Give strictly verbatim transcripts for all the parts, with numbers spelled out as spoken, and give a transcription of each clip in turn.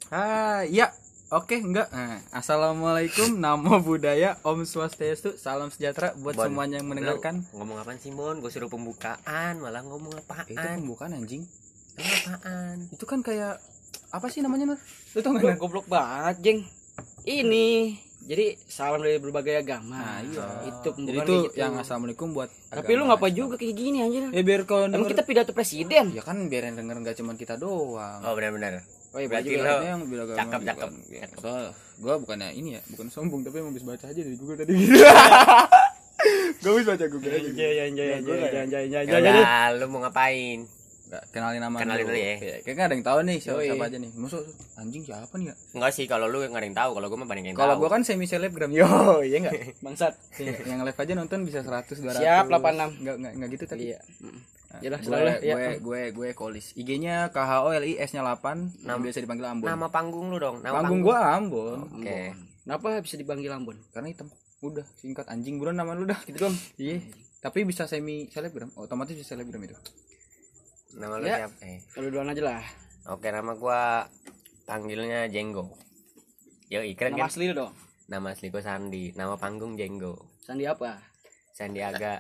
Ah, iya. Oke, enggak. Nah, assalamualaikum, namo buddhaya, om swastiastu, salam sejahtera buat Bon, semuanya yang mendengarkan. lu ngomong apaan sih Bon? Gue suruh pembukaan, malah ngomong apaan? Itu pembukaan anjing. Emang apaan? Itu kan kayak apa sih namanya, Nur? Lu tau enggak? Goblok banget, Jeng. Ini jadi salam dari berbagai agama. Nah, iya. Itu Jadi pembukaan itu kayak gitu. yang assalamualaikum buat Tapi lu ngapa juga kayak gini anjir? Ya biar kalau Emang denger, kita pidato presiden. ya kan biar yang denger enggak cuma kita doang. Oh benar-benar. Oh iya, Berarti juga. lo Ada yang bilang agama cakep juga. cakep. Ya, soalnya gua bukannya ini ya, bukan sombong tapi emang bisa baca aja dari Google tadi gitu. Gua bisa baca Google aja. Anjay anjay anjay anjay anjay Ya anjay anjay. udah, lu mau ngapain? Enggak, kenalin nama Kenalin dulu ya. Kayaknya nggak ada yang tahu nih siapa, Yoi. siapa aja nih. Maksud anjing siapa nih ya? Enggak sih, kalau lu nggak ada yang tahu, kalau gue mah banyak yang tahu. Kalau gua kan semi selebgram. Yo, iya enggak? Bangsat. Yang live aja nonton bisa seratus dua ratus. Siap, delapan puluh enam. Enggak enggak enggak gitu tadi. Iya. Nah, Yalah, gue, selalu lah, ya. gue gue gue Kolis. I G-nya K H O L I S-nya delapan, nama biasa dipanggil Ambon. Nama panggung lu dong. Nama Panggung gua Ambon. Oke. Kenapa bisa dipanggil Ambon? Karena hitam. Udah, singkat anjing buruan nama lu dah. Gitu doang. Iya. Tapi bisa semi selebgram. Otomatis bisa selebgram itu. Nama lu Ya. siapa? Eh. Kalau duluan aja lah. Oke, nama gua panggilnya Jenggo. Yo, keren Nama kan? asli lu dong. Nama asli gua Sandi, nama panggung Jenggo. Sandi apa? Sandiaga.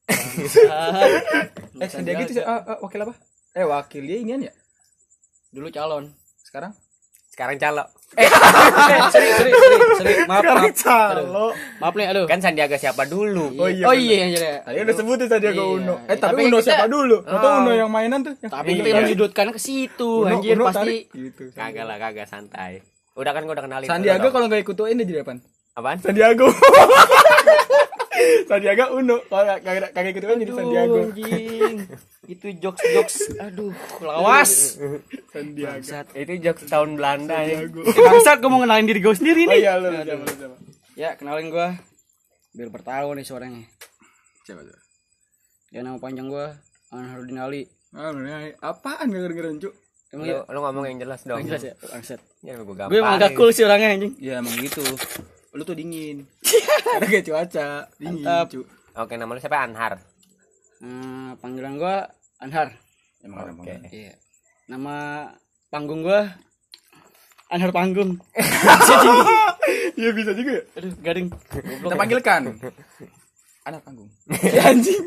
Eh, Sandiaga itu ah, ah, wakil apa? Eh, wakil dia inian ya? Dulu calon. Sekarang? Sekarang calo. Eh, sorry, sorry, sorry, sorry. Maaf, maaf. calo. Maaf nih, aduh. Kan Sandiaga siapa dulu? Oh iya, Oh bener. iya anjir ya. Tadi udah sebutin Sandiaga Iya. Uno. Eh, Eh, tapi, tapi Uno kita- siapa dulu? Atau Oh. Uno yang mainan tuh? Yang Tapi Iya. kita menyudutkan ke situ Uno, anjir Uno pasti. tarik. Gitu. Kagak lah, kagak santai. Udah kan gua udah kenalin. Sandiaga Lu dong. kalau nggak ikut U N dia jadi apaan? Apaan? Sandiago. Sandiaga Uno. Kalau nggak kagak kagak ikut U N jadi Sandiago. Aduh, anjing. Itu jokes-jokes. Aduh, lawas. Sandiaga. Bangsat. Itu jokes tahun Belanda ya. Sandiago. Eh, Bangsat, gue mau kenalin diri gue sendiri Oh nih. iya lu siapa lu siapa? Ya, kenalin gue. Biar bertahu nih suaranya. Siapa tuh? Ya, nama panjang gue Anharudin Ali. Ah, bener. Apaan gak ngedengeran, Cuk? Emang Lu, ya? lu ngomong yang jelas dong. Yang jelas ya? Bangsat. Ya gua Gue gampang. emang gak cool sih orangnya anjing. Ya emang gitu. Lu tuh dingin. Karena kayak cuaca dingin, Mantap. Cuk. Oke, nama lu siapa? Anhar. Nah, panggilan gue Anhar. Emang ada Oke. emang. Iya. Nama panggung gue Anhar Panggung. Iya bisa juga ya. Aduh, garing. Kita panggilkan anak panggung. Anjing.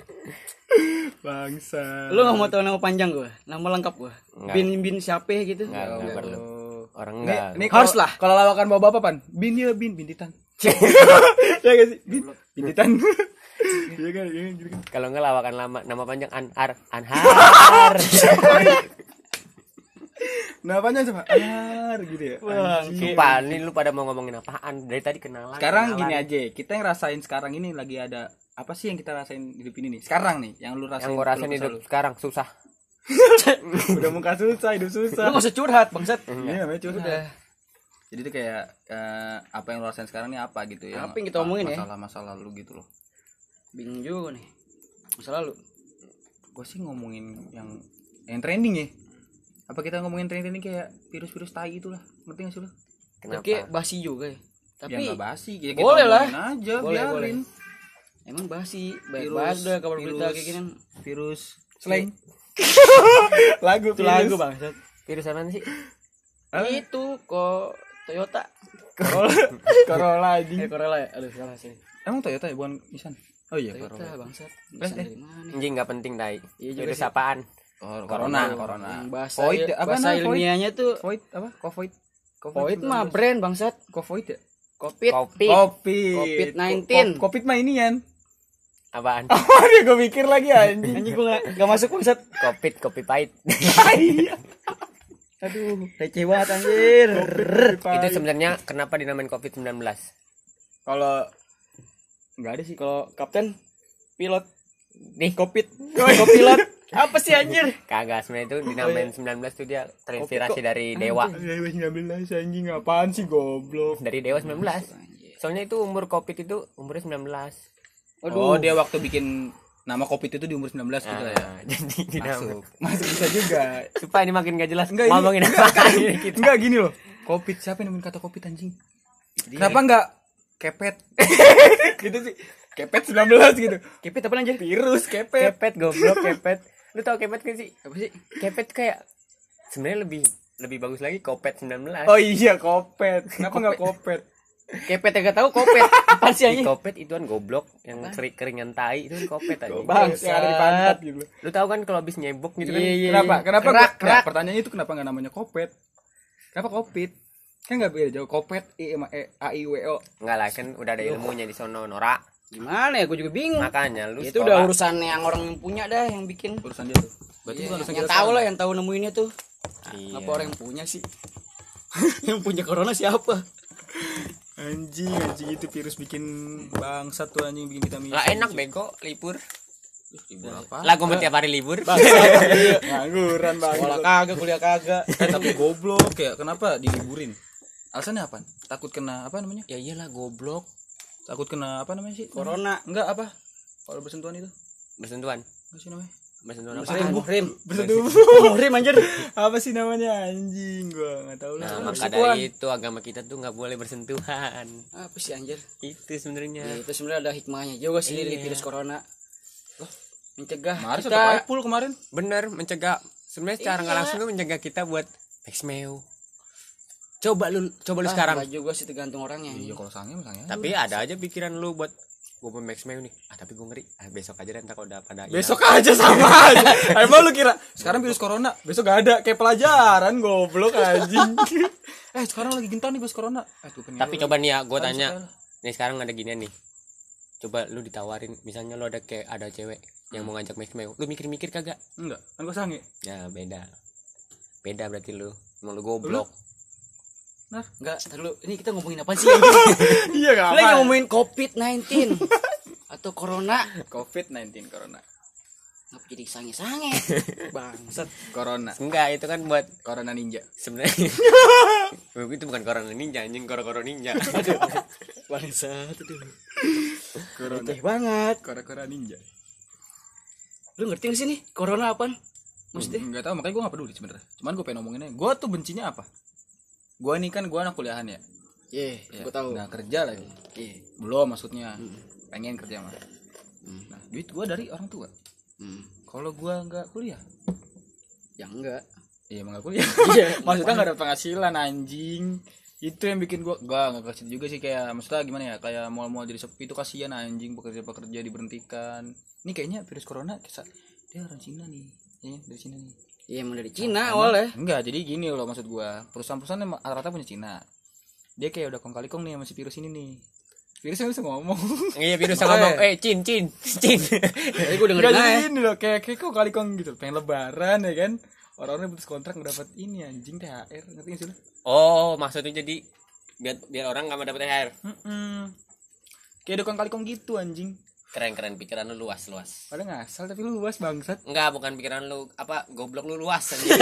Bangsa. Lu gak mau tahu nama panjang gue? Nama lengkap gue? Enggak. Bin Bin siapa gitu? Enggak, enggak enggak perlu. tuh. Orang Nih, enggak. nih Harus kalau- lah. Kalau lawakan bawa bapak pan, bin ya bin bintitan. Ya gak sih? Bin bintitan. Iya kan, iya gitu kan. Kalau enggak lawakan lama nama panjang Anhar. Anhar. Nah, apanya coba? Anar gitu ya. Anjing. Sumpah, ini lu pada mau ngomongin apaan? Dari tadi kenalan. Sekarang kenalan. gini aja, kita yang rasain sekarang ini lagi ada apa sih yang kita rasain hidup ini nih? Sekarang nih, yang lu rasain. Yang gua rasain keluh hidup kesah sekarang susah. lu. Udah muka susah, hidup susah. Lu gak usah curhat, bangsat. Iya, namanya curhat. Udah. Jadi itu kayak eh, apa yang lu rasain sekarang nih apa gitu ya? Apa yang kita omongin ya? Masalah-masalah lu gitu loh. Bingung juga nih. Masa lalu. Gue sih ngomongin yang yang trending ya. Apa kita ngomongin trending kayak virus-virus tai itu lah. Ngerti gak sih lu? Kenapa? Tapi basi juga ya. Ya Tapi nggak basi, ya, boleh lah. omongin aja, Boleh, biarin. emang basi. Banyak Virus, banget dah kabar berita virus. kayak gini. Virus slang. Lagu Itu lagu bangsat. Virus apa sih? Itu kok Toyota. Corolla. Corolla Eh anjing. Corolla ya. Aduh, salah sih. Emang Toyota ya bukan Nissan? Oh iya, Toyota Corolla. bangsat. Eh, Bisa eh. dari mana? Anjing enggak penting, Tai. Iya juga Virus sih. apaan? Cor- Corona. Corona, Corona. Yang bahasa Void, apa bahasa namanya, void? ilmiahnya tuh Void apa? Covid. Covid mah brand bangsat. Covid ya? Covid. Kopi. Covid. Covid nineteen. Ko- Covid mah inian. Apaan? Oh, dia gue mikir lagi anjing. Anjing gua gak, gak masuk bangsat. Kopi, kopi pahit. Aduh, receh banget anjir. Itu sebenarnya kenapa dinamain covid sembilan belas? Kalau enggak ada sih. Kalau kapten pilot Nih, Covid. Kopilot. Apa sih anjir? kagak, sebenarnya itu dinamain sembilan belas tuh dia terinspirasi Kopi kok- dari dewa. sembilan belas anjing apaan sih goblok. Dari dewa sembilan belas. Soalnya itu umur covid itu umurnya sembilan belas. Oh, dia waktu bikin nama Covid itu di umur sembilan belas gitu ya. Nah, jadi dinamain. Masuk. Masuk bisa juga. Supaya ini makin gak jelas Enggak, ini- ngomongin apa ini kita. Enggak gini loh. Covid siapa yang nemuin kata Covid anjing? Kenapa enggak kepet? Gitu sih. Kepet sembilan belas gitu. Kepet apa anjir? Virus kepet. Kepet goblok, kepet. Lu tau kepet gak sih? Apa sih? Kepet kayak sebenarnya lebih lebih bagus lagi Kopet sembilan belas. Oh iya kopet. Kenapa nggak kopet? Kepet enggak tahu kopet. Apa sih Di anjing? Kopet itu kan goblok yang kering keringan tai itu kan Kopet aja. Bang, yang ada di pantat gitu. Lu tahu kan kalau habis nyebok gitu kan. Iya, iya. Kenapa? Kenapa? Kerak, gua- kerak. Nah, pertanyaannya itu kenapa nggak namanya kopet? Kenapa kopit? Kan nggak beda jauh. Kopet I sama E A I W O. Enggak lah kan udah ada ilmunya di sono Nora. Gimana ya? Gue juga bingung. Makanya lu Itu sekolah. udah urusan yang orang yang punya dah yang bikin. Urusan dia tuh. Berarti Iya, bukan urusan yang kita tahu sekarang. lah, yang tahu nemuinnya tuh. Iya. Apa orang yang punya sih? Yang punya corona siapa? Anjing, anjing itu virus bikin bangsat tuh anjing bikin kita mikir. Lah enak bego libur. Libur apa? Lah gue mau tiap hari libur. Ngangguran banget. Sekolah kagak, kuliah kagak. Eh, tapi goblok ya. Kenapa diliburin? Alasannya apa? Takut kena apa namanya? Ya iyalah goblok. Takut kena apa namanya sih? Corona. Enggak apa? Kalau bersentuhan itu? Bersentuhan. Apa sih namanya? Bersentuhan apa? Muhrim, muhrim. Bersentuhan. Muhrim anjir. Apa sih namanya anjing? Gua enggak tahu lah. Nah, maka Bersentuhan. dari itu agama kita tuh nggak boleh bersentuhan. Apa sih anjir? Itu sebenarnya. Ya, itu sebenarnya ada hikmahnya juga sih Iya. dari virus corona. Mencegah Kemarin kita. satu kali full kemarin. Bener mencegah. Sebenarnya secara nggak Iya. langsung tuh mencegah kita buat Maxmeo. Coba lu, coba lu Ah, sekarang. enggak juga sih, tergantung orangnya. Iya kalau sange mah sange. Tapi ada aja pikiran lu buat gue mau Maxmeo nih. Ah tapi gue ngeri. Ah, besok aja deh ntar kalau udah pada hilang. Besok aja sama aja. Emang lu kira sekarang virus corona, besok gak ada kayak pelajaran goblok anjing. Eh sekarang lagi gentar nih virus corona. Eh, tuh pengen Tapi lu. coba nih ya, gue Harus tanya. sekarang. Nih sekarang ada ginian nih. Coba lu ditawarin, misalnya lu ada kayak ada cewek yang mau ngajak Maxmeo. Lu mikir-mikir kagak? Enggak, kan gua sange. Ya beda. Beda berarti lu. Emang lu goblok. Enggak, tar dulu. Ini kita ngomongin apa sih anjir? Iya enggak Kita lagi ngomongin covid sembilan belas atau corona. covid sembilan belas corona. Ngapa jadi sange-sange? Bangsat. Corona. Enggak, itu kan buat Corona ninja. sebenarnya. Itu bukan corona ninja, anjing koro-koro ninja. Bangsat itu. Corona. Receh banget. Corona ninja. Lu ngerti gak sih nih corona apaan? Maksudnya? Enggak tahu, makanya gua enggak peduli sebenarnya. Cuman gua pengen ngomonginnya. Gua tuh bencinya apa? Gua nih kan gua anak kuliahan ya. Iya, Ya, gua tahu. Nah, kerja lagi. Iya. Belum maksudnya. Pengen kerja mah. Nah, duit gua dari orang tua. Hmm. Kalau gua enggak kuliah, Ya enggak. iya emang enggak kuliah. Iya. Maksudnya enggak ada penghasilan anjing. Itu yang bikin gua gua enggak kasih juga sih, kayak maksudnya gimana ya? Kayak mal-mal jadi sepi itu kasihan anjing, pekerja-pekerja diberhentikan. Ini kayaknya virus corona kisah dia orang Cina nih. Ya, dari Cina nih. Iya, emang dari Cina awalnya. Enggak, jadi gini loh maksud gua. Perusahaan-perusahaan emang rata-rata punya Cina. Dia kayak udah kong kali kong nih sama si virus ini nih. Virusnya bisa ngomong. Iya, virus yang ngomong, eh cin cin cin. Jadi gua Enggak dengerin jadi aja. ini loh, kayak kayak kong kali kong gitu. Pengen lebaran ya kan. Orang-orang putus kontrak ngedapat ini anjing T H R, ngerti gak sih lu? Oh, maksudnya jadi biar biar orang nggak dapat T H R. Heeh. Kayak udah kong kali kong gitu anjing. Keren-keren pikiran lu luas-luas. Padahal ngasal tapi lu luas bangsat. Enggak, bukan pikiran lu apa goblok lu luas anjing.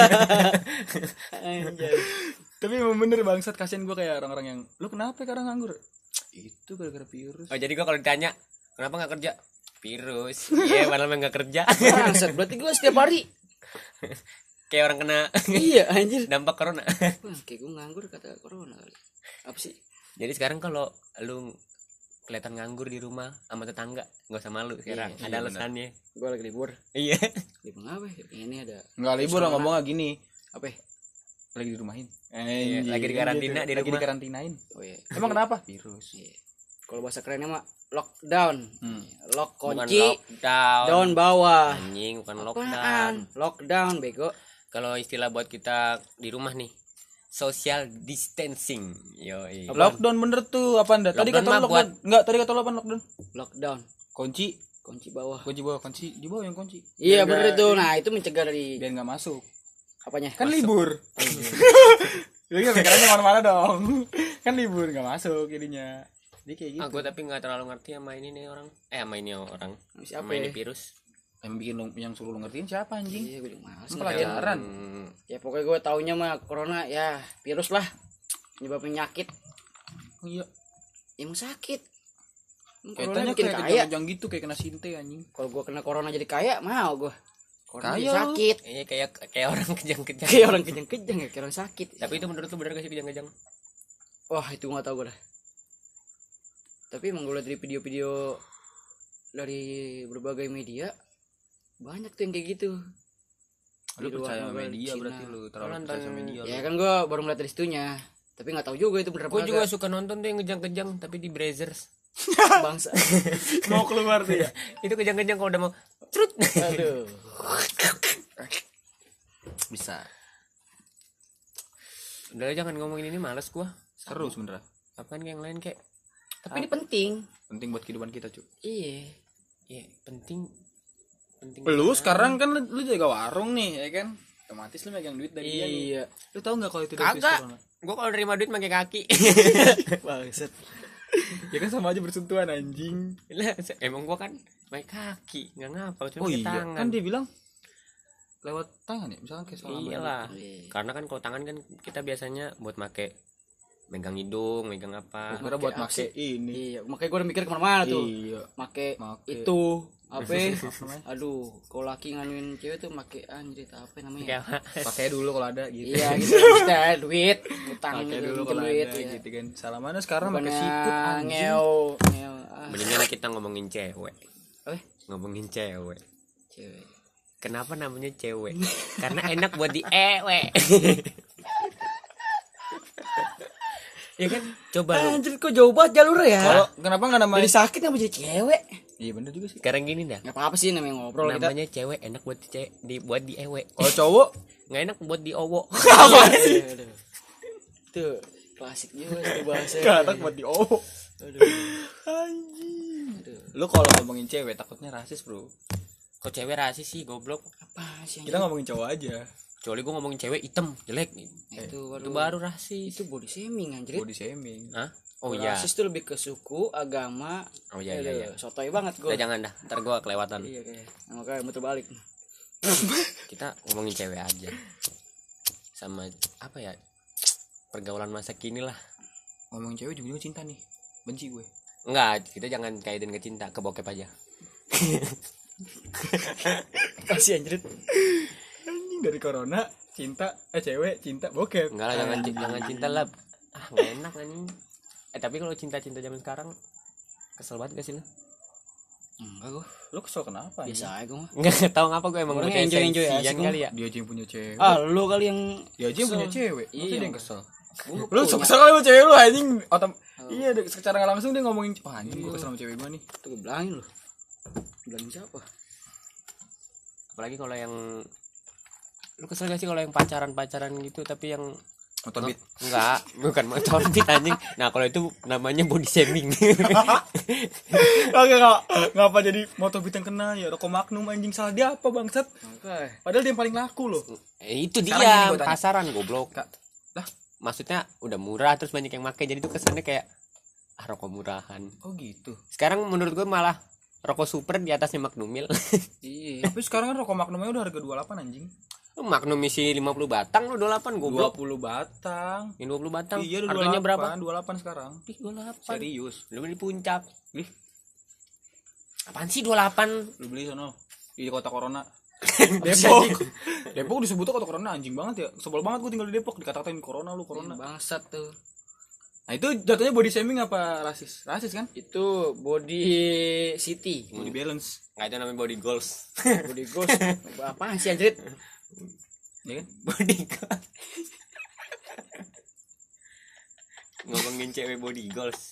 Anjay. Tapi emang bener bangsat, kasihan gua kayak orang-orang yang lu kenapa sekarang nganggur? Itu gara-gara virus. Oh, jadi gua kalau ditanya, kenapa nggak kerja? Virus. Iya, padahal emang nggak kerja. Bangsat, berarti gua setiap hari. Kayak orang kena Iya, anjir. dampak corona. Wah, kayak gua nganggur kata corona kali. Apa sih? Jadi sekarang kalau lu kelihatan nganggur di rumah sama tetangga, nggak usah malu sekarang. Iya, Ada iya, alasannya. Gua lagi libur. Iya. Libur apa? ya? Ini ada Enggak libur lah ngomongnya gini. apa? ya? Lagi di rumahin. Iya, lagi di karantina di Lagi rumah. di karantinain. Oh iya. Emang kenapa? Virus. Iya. Kalau bahasa kerennya mah lockdown. Hmm. Lock Bukan kunci, lockdown. down bawah. Anjing, bukan lockdown. Apaan? Lockdown bego. Kalau istilah buat kita di rumah nih, social distancing. Yo, Lockdown bener tuh apa anda? Tadi Lockdown kata mah lu lockdown. Enggak, tadi kata lu apa lockdown? Lockdown. Kunci, Kunci bawah. kunci bawah, kunci di bawah yang kunci. Iya Biar bener nggak- itu. Nah, itu mencegah dari Biar enggak masuk. apanya? Kan libur. Jadi pikirannya mana-mana dong. Kan libur enggak masuk jadinya. Jadi kayak gitu. Ah, gue tapi nggak terlalu ngerti sama ini nih orang. Eh, sama ini orang. Siapa Sama ini ya? virus. Yang bikin lu, yang suruh lu ngertiin siapa anjing? Iya, gue juga males. Itu pelajaran. Hmm, Ya pokoknya gue taunya mah corona ya virus lah. Penyebab penyakit. Oh, iya. Emang sakit. Emang Corona Kayaknya bikin kayak kaya. kejang-kejang gitu kayak kena sinte anjing. Kalau gue kena corona jadi kaya, mau gue. Corona Kaya jadi lu. sakit. Iya kayak kayak orang kejang-kejang. Kayak orang kejang-kejang ya, kayak orang sakit. Tapi itu menurut lu bener gak sih kejang-kejang? Wah, itu gak tau gue dah. Tapi emang gue liat dari video-video dari berbagai media, banyak tuh yang kayak gitu. Lu Di luar percaya sama novel media Cina. berarti lu terlalu Nonton. percaya sama media. Ya lu. kan gue baru ngeliat dari situnya, tapi nggak tahu juga itu bener apa Gue juga kagak. suka nonton tuh yang kejang-kejang tapi di Brazzers. Bangsa. Mau keluar tuh ya. Itu kejang-kejang kalau udah mau cerut. Aduh. Bisa. Udah lah, jangan ngomongin ini, males gua. Seru sebenernya. Apaan kayak yang lain kayak Tapi ini penting. Penting buat kehidupan kita, Cuk. Iya. ya penting penting. Lu sekarang kan lu, lu jaga warung nih, ya kan? Otomatis lu megang duit dari dia nih. Iya. Lu tahu enggak kalau itu dari virus Kagak. corona? Gua kalau nerima duit pakai kaki. Bangsat. Ya kan sama aja bersentuhan anjing. Lah, emang gua kan pakai kaki, enggak ngapa, cuma Oh pakai iya, tangan. kan dia bilang lewat tangan ya, misalkan kayak salaman. Iyalah. Iya. Karena kan kalau tangan kan kita biasanya buat make megang hidung, megang apa. Gua kira buat Make make ini. Iya, makanya gue udah mikir kemana-mana tuh. Iya. Make Make. itu apa? namanya? Aduh, kalau laki nganuin cewek tuh make anjir apa namanya? Kayak apa? Pakai dulu kalau ada gitu. Iya, gitu. Kita duit, utang Pakai gitu, dulu minjem kalau duit ada ya. gitu kan. Salamannya sekarang pakai Bukannya sikut anjing. ngeo, ngeo. Ah, Mendingan kita ngomongin cewek. apa? Ngomongin cewek. Cewek. Kenapa namanya cewek? Karena enak buat di ewe. Ya kan? Coba lu. Anjir kok jauh banget jalurnya ya? Kalau kenapa enggak namanya? Jadi sakit nggak jadi cewek? Iya bener juga sih. Sekarang gini dah. Nggak apa-apa sih namanya ngobrol kita. Namanya cewek enak buat di, ce- di buat di ewe. Kalau cowok Nggak enak buat di owo. Apa sih? Tuh, klasik juga itu bahasa. kadang buat di oh. Aduh. Anjing. Lu kalau ngomongin cewek takutnya rasis, Bro. Kok cewek rasis sih, goblok. Apa sih? Kita ngomongin cowok aja. Kecuali gue ngomongin cewek hitam, jelek. itu, Itu baru rasis. itu body shaming anjir. Body shaming. Hah? Oh Kalau iya. Rasis tuh lebih ke suku, agama. Oh iya iya iya. Aduh, sotoy banget gue. Udah jangan dah, ntar gue kelewatan. Iya kayak. Nah, makanya muter balik. Kita ngomongin cewek aja. Sama apa ya? Pergaulan masa kini lah. Ngomongin cewek juga cinta nih. Benci gue. Enggak, kita jangan kaitin ke cinta, ke bokep aja. Kasih anjir. Anjing dari corona, cinta, eh cewek, cinta, bokep. Enggak lah, jangan ci- jangan cinta lah. Ah, enggak enak anjing. Eh tapi kalau cinta-cinta zaman sekarang kesel banget gak sih lu? Enggak gue. Lu kesel kenapa? Biasa aja gue mah. Enggak tahu ngapa gue emang Orangnya udah enjoy-enjoy sensian asik, kali ya. Dia aja yang punya cewek. Ah, lu kali yang Dia aja yang punya kesel. cewek. Iya. Iya, dia yang kesel. Gua Lu punya. kesel kali sama cewek lu anjing. Otom Iya, de- secara nggak langsung dia ngomongin, wah anjing gue kesel sama cewek gue nih. Tuh gue bilangin lu. Bilangin siapa? Apalagi kalau yang lu kesel gak sih kalau yang pacaran-pacaran gitu tapi yang Motor beat. enggak, bukan motor beat anjing. Nah, kalau itu namanya body shaming. Oke, enggak. Ngapa jadi motor beat yang kena ya? Rokok Magnum anjing, salah dia apa bangsat? Oke. Padahal dia yang paling laku loh. Eh, itu Sekarang dia gini gua tanya. pasaran goblok. Kak, lah, Maksudnya udah murah terus banyak yang pakai, jadi tuh kesannya kayak ah, rokok murahan. oh gitu. Sekarang menurut gue malah rokok super di atasnya Magnumil. Iya. Tapi sekarang kan rokok Magnumnya udah harga dua puluh delapan anjing. Magnum isi lima puluh batang lu dua puluh delapan dua goblok. puluh batang. Yang dua puluh batang. Iya, udah Harganya berapa? dua puluh delapan sekarang. Ih, dua puluh delapan. Serius. Lu beli di puncak. Ih, Apaan sih dua puluh delapan? lu beli sono di kota Corona. Depok. Depok disebut kota Corona anjing banget ya. Sebel banget gue tinggal di Depok dikata-katain Corona lu Corona. Bangsat tuh. Nah, itu jatuhnya body shaming apa rasis? Rasis kan? Itu body city. Body balance. Enggak, itu namanya body goals. Body ghost. Apaan sih anjir? Ya kan? Body goals. Ngomongin cewek body goals.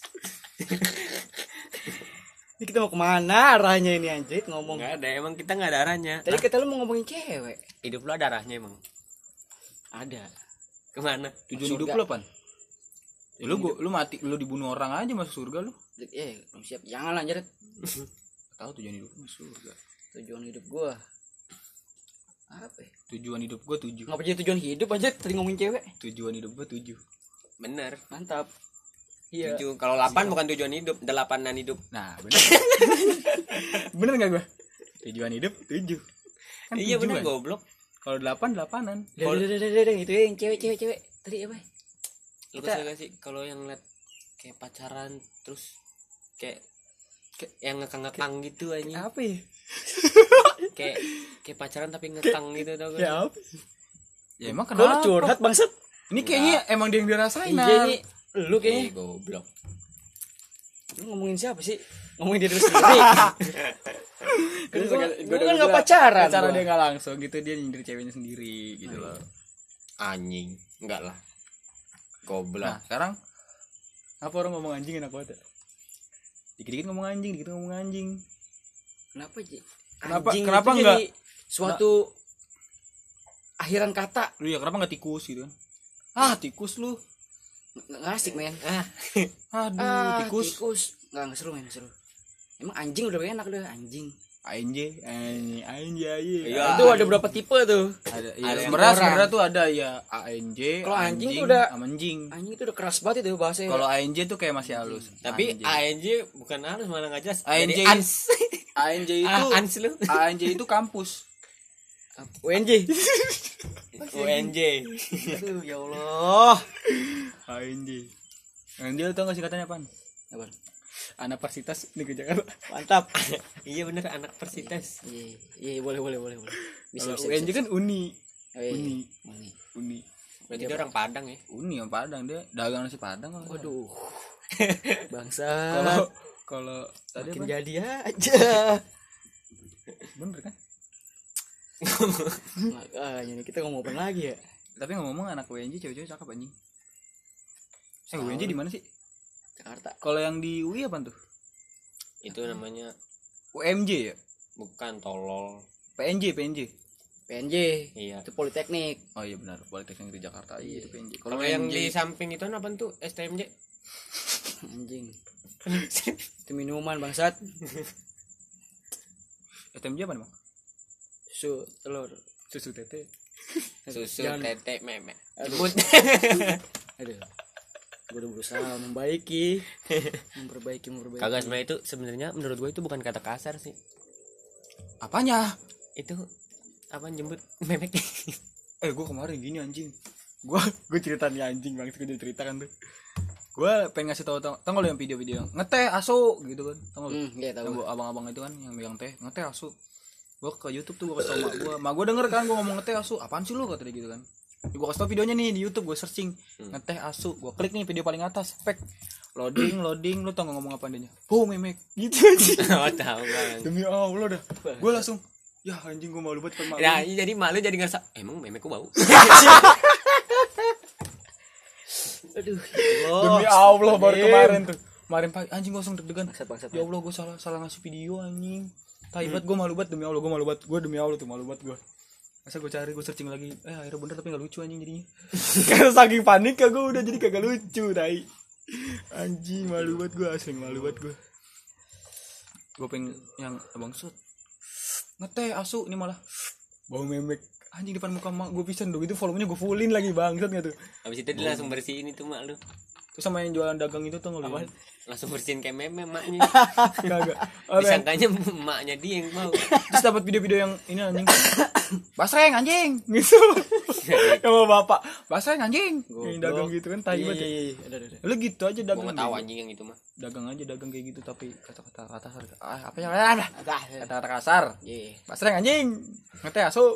Ini kita mau kemana arahnya ini anjir ngomong. Enggak ada, emang kita enggak ada arahnya. Tadi kata lu mau ngomongin cewek. Hidup lu ada arahnya emang. Ada. Kemana? Tujuan hidup Surga. lu apaan? Ya, lu gua, lu mati, lu dibunuh orang aja masuk surga lu. Eh, belum siap. Jangan lah anjir. Tahu tujuan hidup lu masuk surga. Tujuan hidup gua. Apa ya? Tujuan hidup gua tujuh. Ngapa jadi tujuan hidup anjir? Tadi ngomongin cewek. Tujuan hidup gua tujuh. Bener. Mantap. Iya. Tujuh. Kalau delapan bukan tujuan hidup, delapanan hidup. Nah, bener. Bener enggak gua? Tujuan hidup tujuh. Kan Iya bener tujuan. goblok. Kalau delapan delapanan. Udah, udah, udah, udah, udah, itu yang cewek-cewek-cewek. Tadi apa? Lu Kita- kesel gak sih kalau yang liat kayak pacaran terus kayak kayak yang ngekang-ngekang gitu aja. Apa ya? Kayak kayak pacaran tapi ngekang gitu tau gak? Ya apa? Ya emang Kok lu kenapa? curhat bangsat? Ini kayaknya emang dia yang dirasain. Iya Nar. ini lu Eh, kayaknya. goblok. Lu ngomongin siapa sih? Ngomongin diri lu sendiri. Kan Gua gua- gua gua kan nggak kira pacaran, Cara gua. dia nggak langsung gitu, dia nyindir ceweknya sendiri gitu loh. Anjing. Enggak lah. Goblok. Nah sekarang apa orang ngomong anjing enak banget ya? Dikit-dikit ngomong anjing, dikit ngomong anjing. Kenapa Ji? Kenapa- Anjing kenapa itu nggak- jadi suatu akhiran kata? Lu ya kenapa nggak tikus gitu kan? Ah tikus lu. Nggak nggak asik men. Ah, Aduh Ah, tikus. tikus. Nggak nggak seru men, nggak seru. Emang anjing udah enak udah anjing. A N J, anjing, A N J, Iya. Itu ada berapa tipe tuh? Ada, Ada iya, yang sebenarnya orang. sebenarnya tuh ada ya A N J. Kalau anjing tuh udah- sama anjing. Anjing itu udah keras banget itu bahasanya. Kalau A N J tuh kayak masih halus. tapi Anjing. A N J bukan halus malah enggak jelas. A N J Jadi itu- ans. A N J itu Ah, ans lu. A N J itu kampus. U N J. U N J. Aduh ya Allah. A N J. A N J lu tau gak sih katanya apaan? Apa? Anak Persitas Negeri Jakarta. Mantap. Iya bener anak Persitas. Iya, iya boleh boleh boleh boleh. Bisa Kalau bisa. U N J bisa. kan Uni. Oh, iya. Uni. Uni. Uni. Berarti dia orang Padang ya. Uni yang Padang, dia dagang nasi Padang. kalau nggak salah. Waduh. Bangsa. Kalau kalau tadi Makin apa? jadi aja. Bener kan? Makanya nih, kita ngomong apa lagi ya? Tapi ngomong anak U N J cewek-cewek cakep anjing. Eh U N J di mana sih? Jakarta. Kalau yang di U I apa tuh? Itu namanya U M J ya? bukan tolol. P N J, P N J. P N J. Iya. Itu Politeknik. Oh iya benar, Politeknik Negeri Jakarta. Iya, itu P N J. Kalau yang di samping itu apa tuh? S T M J. Anjing. Itu minuman bangsat. S T M J apa Bang? Susu telur. Susu tete. Susu Jangan- tete meme. Aduh. Aduh. Gue udah berusaha membaiki, memperbaiki, memperbaiki. Kagak sebenarnya itu sebenarnya menurut gue itu bukan kata kasar sih. Apanya? Itu apa jemput memek. Eh gue kemarin gini anjing. Gue gue cerita nih anjing bang, gue ceritakan tuh. Gue pengen ngasih tahu tau tau nggak lo yang video-video ngeteh asu gitu kan, tau nggak lo? Hmm, iya Yang tahu. gua- abang-abang itu kan yang megang teh ngeteh asu. Gue ke YouTube tuh gue kasih tau mak gue, mak gue denger kan gue ngomong ngeteh asu, apaan sih lu kata dia gitu kan. Gue kasih tau videonya nih di YouTube, gue searching ngeteh asu, gue klik nih video paling atas, spek loading loading, lu tau nggak ngomong apa dia? Oh memek gitu aja. Oh tahu kan. Demi Allah dah, gue langsung ya anjing gue malu banget kan mak. Nah, jadi malu jadi ngerasa emang memekku bau. Aduh. Demi Allah baru kemarin tuh. Kemarin pagi anjing gue langsung deg-degan. Bangsat, bangsat, Ya Allah gue salah salah ngasih video anjing. Taibat gue malu banget demi Allah, gue malu banget. Gue demi Allah tuh malu banget gue. Masa gue cari, gue searching lagi. Eh akhirnya bener tapi gak lucu anjing jadinya. Karena saking panik ya gue udah jadi kagak lucu, Dai. Anjing malu banget gue, asli malu banget gue. Gue pengen yang abang sud. Ngeteh asu ini malah bau memek. Anjing depan muka mak gue pisan dong, itu volumenya gue fullin lagi bangsat gak tuh. Habis itu dia langsung bersihin itu mak lu. Terus sama yang jualan dagang itu tuh nggak Langsung bersihin kayak meme maknya. kagak. Oh, yang- Disangkanya maknya dia yang mau. Terus dapat video-video yang ini anjing. Basreng anjing gitu. Sama bapak, basreng anjing. Yang dagang gitu kan tai Iya banget. iya ya. iya. Ada ada. ada. Lu gitu aja Gua dagang. enggak tahu gitu. anjing yang itu mah. Dagang aja dagang kayak gitu tapi kata-kata kasar. Ah, apa ya? Ah, kata-kata kasar. Iya. Basreng anjing. Ngeteh asu.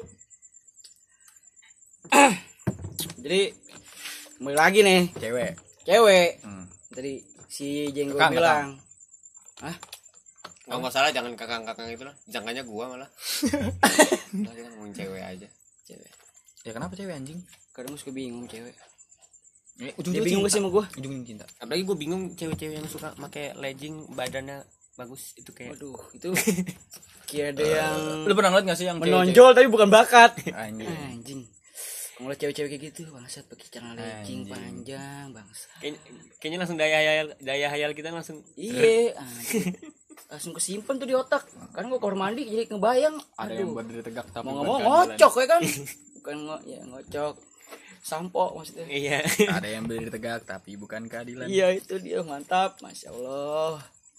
Jadi kembali lagi nih, Cewek. cewek. Hmm. Tadi si Jenggo Kakang, bilang, Kalau nggak salah jangan kakang-kakang itu lah. Jangkanya gua malah. Nah, kita ngomongin cewek aja. cewek. Ya kenapa cewek anjing? Kadang gue suka bingung cewek. Eh, Dia bingung gak sih sama gue? Ujung cinta. Apalagi gue bingung cewek-cewek yang suka pakai legging badannya bagus itu kayak Waduh, itu kayak ada yang Lu pernah ngeliat gak sih yang menonjol tapi bukan bakat. cewek-cewek? Anjing. Anjing. Kalau ngeliat cewek-cewek kayak gitu, bangsat pakai celana legging Anjing. panjang, bangsat. kayaknya, kayaknya langsung daya hayal daya hayal kita langsung Iya, anjing. Langsung kesimpan tuh di otak. Kan gua kamar mandi jadi ngebayang. Ada yang Aduh. berdiri tegak tapi Mau bukan ngomong keadilan. ngocok ya kan? Bukan ngo ya ngocok. Sampo maksudnya. iya. Ada yang berdiri tegak tapi bukan keadilan. Iya itu dia mantap, masya Allah.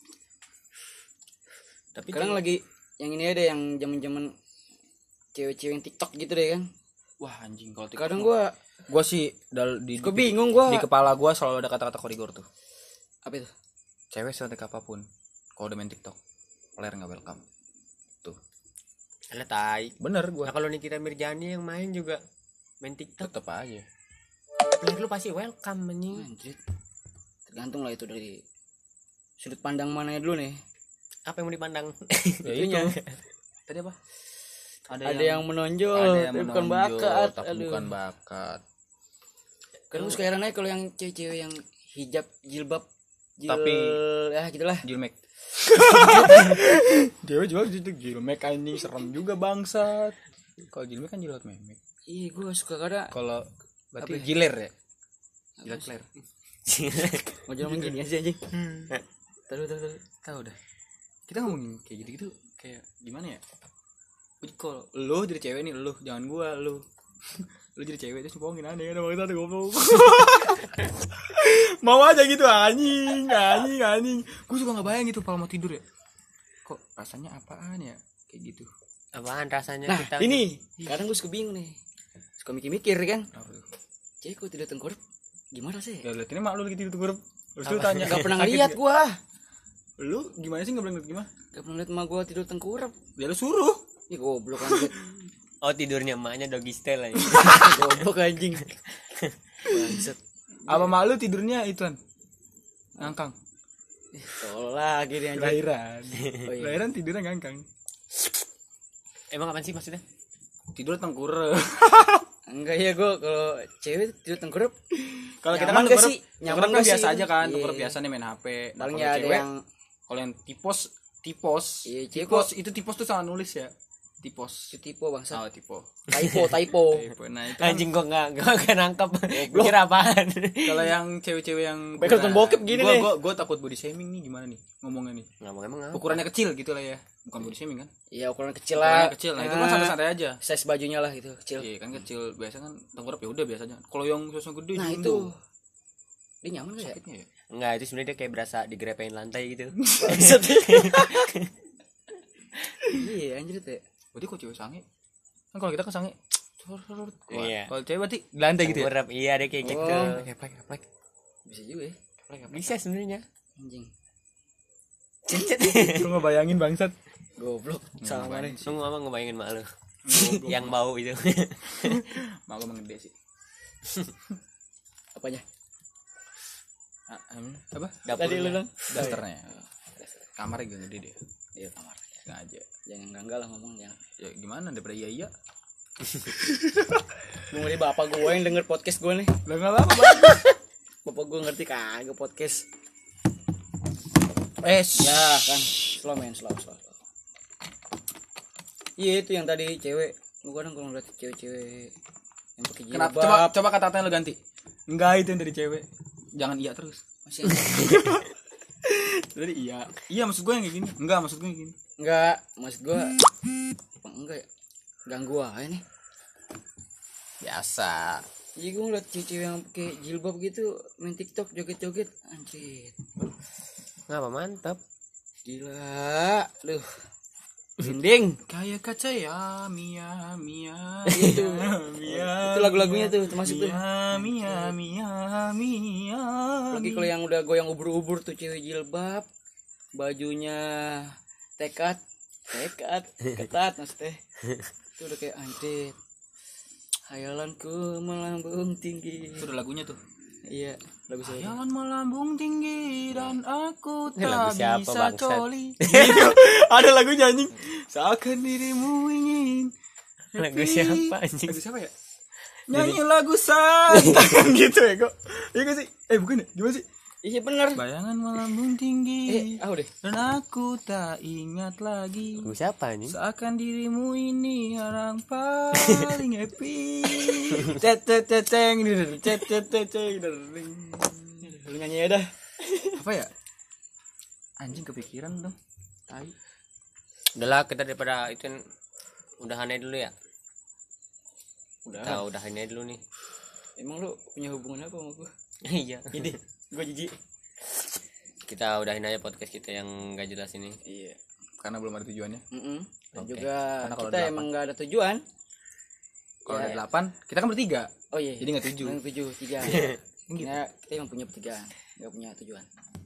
Tapi Sekarang cewek- lagi yang ini ada yang zaman-zaman cewek-cewek yang TikTok gitu deh kan. Wah anjing kalau TikTok Kadang mah- gua gua sih dal di gua di- bingung gua. di kepala gua selalu ada kata-kata koridor tuh. Apa itu? Cewek secantik apapun kalau udah main TikTok ler nggak welcome tuh. Alah tai. Bener Nah gua kalau Nikita Mirjani yang main juga main TikTok, tetep aja. player lu pasti welcome anjing. Anjir. Tergantung lah itu dari sudut pandang mana dulu nih. apa yang mau dipandang? Ya Itunya. itu. Tadi apa? Ada yang menonjol, ada yang tapi bukan menonjol, bakat. tapi Aduh. bukan bakat. Kan gue sekarang aja kalau yang cewek-cewek yang hijab, jilbab, jil... Tapi- ya gitulah. Jilmek. Dewa jual gitu jilmek anjing serem juga bangsat. Kalau jilmek kan jilat memek. Iya, gue suka kada. Kalau berarti Apa ya? jiler ya? Jilat kler. Mau jalan gini aja anjing. Tahu tahu tahu. Tahu dah. Kita ngomongin kayak gitu-gitu kayak gimana ya? Kalau lo jadi cewek nih, lo jangan gua, lo. Lo jadi cewek terus ngomongin aneh ada bangsat goblok. Mau aja gitu anjing, anjing, anjing. Gue suka nggak bayang gitu kalau mau tidur ya. Kok rasanya apaan ya? Kayak gitu. Apaan rasanya Nah, kita? ini kadang gue suka bingung nih. Suka mikir-mikir kan. Apa tuh? Cewek kok tidak tengkurap gimana sih? Ya lihat ini mak lu lagi tidur tengkurap. Terus lu tanya Gak pernah sakit ngeliat nggak? gua. Lu gimana sih nggak pernah ngeliat gimana? Gak pernah liat emak gua tidur tengkurap. Ya lu suruh. Ih goblok anjing. Oh, tidurnya emaknya doggy style aja. Goblok anjing. Bangsat. Apa mak lu tidurnya ituan? Ngangkang. Tolol lagi nih anjing. Lahiran. Oh, iya. Lahiran tidurnya ngangkang. Emang apaan sih maksudnya? Tidur tengkurap. Enggak ya gua kalau cewek tidur tengkurap. Kalau kita Nyaman kan gak tengkurap, sih? Nyaman tengkurap kan gak sih? biasa aja kan, Iya. tengkurap biasa nih main H P. Nah, Paling kalau ya ada cewek, yang kalau yang tipos, tipos, Iya, cewek tipos itu tipos tuh salah nulis ya. Tipos. tipe bangsa. Oh, tipo. Typo, typo. Typo. Nah, itu kan Anjing gua enggak gua enggak nangkep. Mikir apaan? kalau yang cewek-cewek yang Baik nonton bokep gini gua, nih. Gua, gua takut body shaming nih gimana nih ngomongnya nih. Enggak mau emang apa? Ukurannya kecil gitu lah ya. Bukan body shaming kan? Iya ukuran kecil Ukurannya lah. kecil. Nah, itu kan santai-santai aja. Size bajunya lah gitu kecil. Iya kan kecil. Biasa kan tengkurap ya udah biasa aja. Kalau yang sosok gede Nah jumbo. itu dia nyaman gak ya? Sakitnya ya. Enggak, itu sebenarnya dia kayak berasa digerepein lantai gitu. Bangsat. Iya anjir tuh. Berarti kok cewek sange? Kan kalau kita kan sange. Iya. Kalau cewek berarti di lantai gitu ya. Tengkurap, iya dia kayak gitu. Oh. Keplek, keplek. Bisa juga ya. Bisa sebenarnya. Anjing. Cecet. Lu ngebayangin bangsat. Goblok. Salah mana? Lu ngomong ngebayangin mak lu. Yang bau itu. Mak gua mengede sih. Apanya? Ah, em, apa? Tadi lu dong. Dasternya. Kamarnya gak gede deh. Iya kamar. Sengaja. Jangan ganggal lah ngomong jangan. Ya gimana daripada iya iya. Nunggu nih bapak gue yang denger podcast gue nih. Lah enggak apa-apa. Bagus. Bapak gue ngerti kagak podcast. Eh, Ya kan. Slow man, slow, slow, slow. Iya itu yang tadi cewek. Gue kadang kalau ngeliat cewek-cewek yang pakai jilbab. kenapa? Coba coba kata-katanya lu ganti. Enggak itu yang dari cewek. Jangan iya terus. Masih Jadi iya. Iya maksud gue yang kayak gini. Enggak maksud gue yang gini. enggak, maksud gue apa enggak ya? Ganggu aja nih. Biasa. Jadi gue ngeliat cewek yang pakai jilbab gitu main TikTok joget-joget anjir. Ngapa mantap? Gila, duh. Dinding. Kayak kaca ya, Mia, Mia, Itu. Mia. Itu lagu-lagunya tuh termasuk tuh. Mia, Mia, Mia, Mia. Lagi kalau yang udah goyang ubur-ubur tuh cewek jilbab, bajunya tekad, tekad, ketat maksudnya. Itu udah kayak anjir. Hayalanku melambung tinggi. Itu udah lagunya tuh. Iya, lagu saya. Hayalan melambung tinggi dan aku Ini lagu tak siapa, bisa bangsat? coli. Gitu. Ada lagunya anjing. Seakan dirimu ingin. Lagu siapa anjing? Lagu siapa ya? Nyanyi lagu santai gitu ya kok. Iya gak sih? Eh bukan ya? Gimana sih? Iya bener. Bayangan melambung tinggi Eh, ah udah. dan aku tak ingat lagi. Lagu siapa anjing? Seakan dirimu ini orang paling happy. Cet cet cet ceng, cet cet cet ceng. Lu nyanyi aja dah. Apa ya? Anjing kepikiran dong. Tai. Udahlah kita daripada itu kan udahan aja dulu ya. Udah. Kita udahan aja dulu nih. Emang lu punya hubungan apa sama gua? Iya. Ini gua jijik. Kita udahin aja podcast kita yang gak jelas ini. Iya. Karena belum ada tujuannya. Mm-mm. Dan Oke. juga Karena kalau kita delapan. emang nggak ada tujuan. Kalau Ya. ada delapan, kita kan bertiga. Oh iya. Jadi nggak tujuh. Yang tujuh tiga. Gitu. Ya, kita emang punya tiga, nggak punya tujuan.